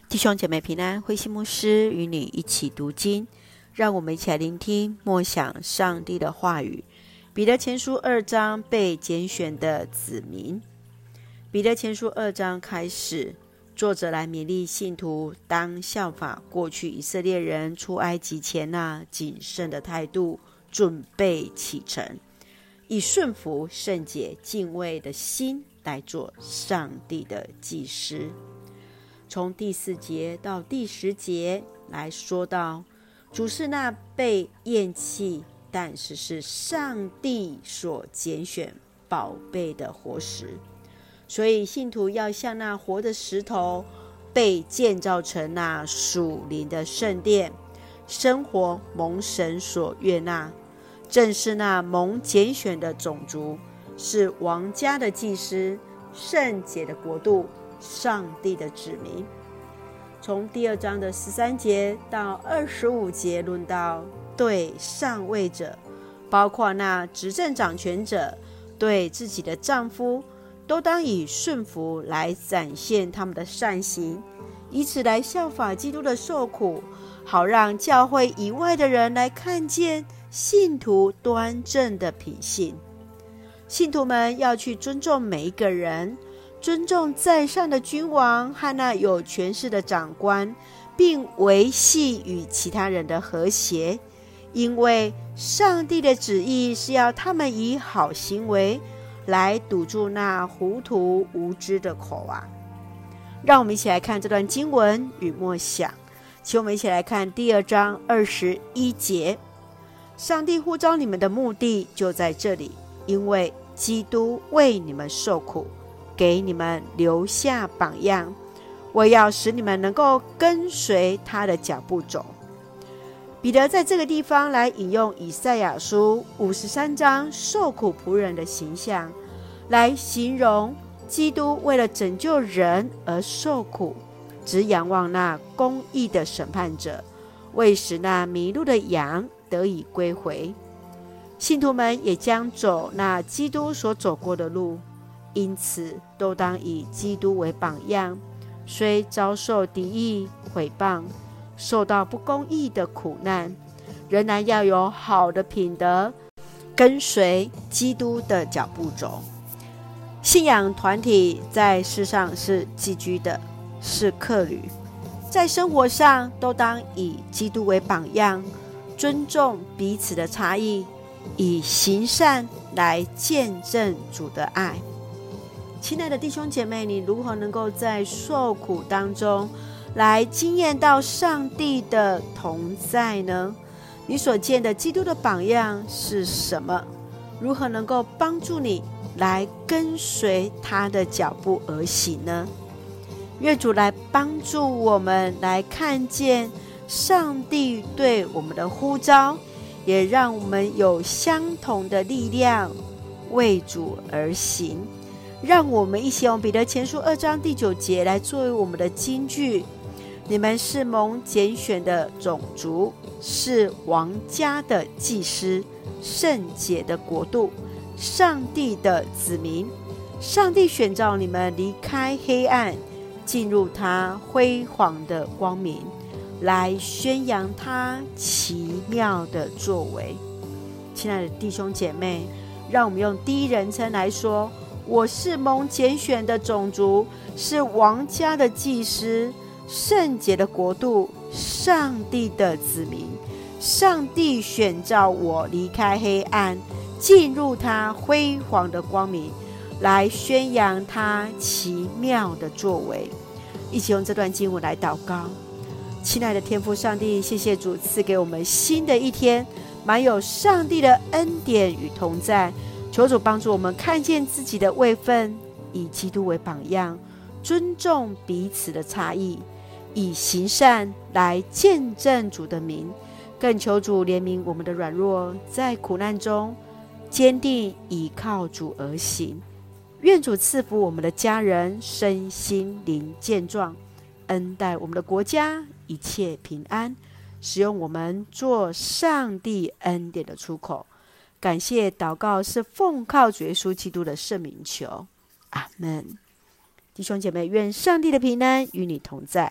弟兄姐妹平安，慧馨牧师与你一起读经，让我们一起来聆听默想上帝的话语。彼得前书2章被拣选的子民。彼得前书2章开始，作者来勉励信徒当效法过去以色列人出埃及前那谨慎的态度，准备启程，以顺服圣洁敬畏的心来做上帝的祭司。从第4节到第10节来说到，主是那被厌弃，但是上帝所拣选宝贝的活石，所以信徒要像那活的石头，被建造成那属灵的圣殿，生活蒙神所悦纳，正是那蒙拣选的种族，是王家的祭司，圣洁的国度，上帝的子民。从第2章的13节到25节论到对上位者，包括那执政掌权者，对自己的丈夫都当以顺服来展现他们的善行，以此来效法基督的受苦，好让教会以外的人来看见信徒端正的品性。信徒们要去尊重每一个人，尊重在上的君王和那有权势的长官，并维系与其他人的和谐，因为上帝的旨意是要他们以好行为来堵住那糊涂无知的口啊。让我们一起来看这段经文与默想，请我们一起来看第2章21节。上帝呼召你们的目的就在这里，因为基督为你们受苦，给你们留下榜样，我要使你们能够跟随他的脚步走。彼得在这个地方来引用以赛亚书53章受苦仆人的形象，来形容基督为了拯救人而受苦，只仰望那公义的审判者，为使那迷路的羊得以归回。信徒们也将走那基督所走过的路，因此都当以基督为榜样，虽遭受敌意毁谤，受到不公义的苦难，仍然要有好的品德，跟随基督的脚步走。信仰团体在世上是寄居的，是客旅，在生活上都当以基督为榜样，尊重彼此的差异，以行善来见证主的爱。亲爱的弟兄姐妹，你如何能够在受苦当中来经验到上帝的同在呢？你所见的基督的榜样是什么？如何能够帮助你来跟随他的脚步而行呢？愿主来帮助我们来看见上帝对我们的呼召，也让我们有相同的力量为主而行。让我们一起用彼得前书2章第9节来作为我们的金句：你们是蒙拣选的种族，是王家的祭司，圣洁的国度，上帝的子民。上帝选召你们离开黑暗，进入他辉煌的光明，来宣扬他奇妙的作为。亲爱的弟兄姐妹，让我们用第一人称来说，我是蒙拣选的种族，是王家的祭司，圣洁的国度，上帝的子民。上帝选召我离开黑暗，进入他辉煌的光明，来宣扬他奇妙的作为。一起用这段经文来祷告。亲爱的天父上帝，谢谢主赐给我们新的一天，满有上帝的恩典与同在。求主帮助我们看见自己的位分，以基督为榜样，尊重彼此的差异，以行善来见证主的名。更求主怜悯我们的软弱，在苦难中坚定倚靠主而行。愿主赐福我们的家人身心灵健壮，恩待我们的国家一切平安，使用我们做上帝恩典的出口。感谢祷告是奉靠主耶稣基督的圣名求，阿们。弟兄姐妹，愿上帝的平安与你同在。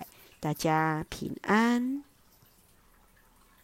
大家平安。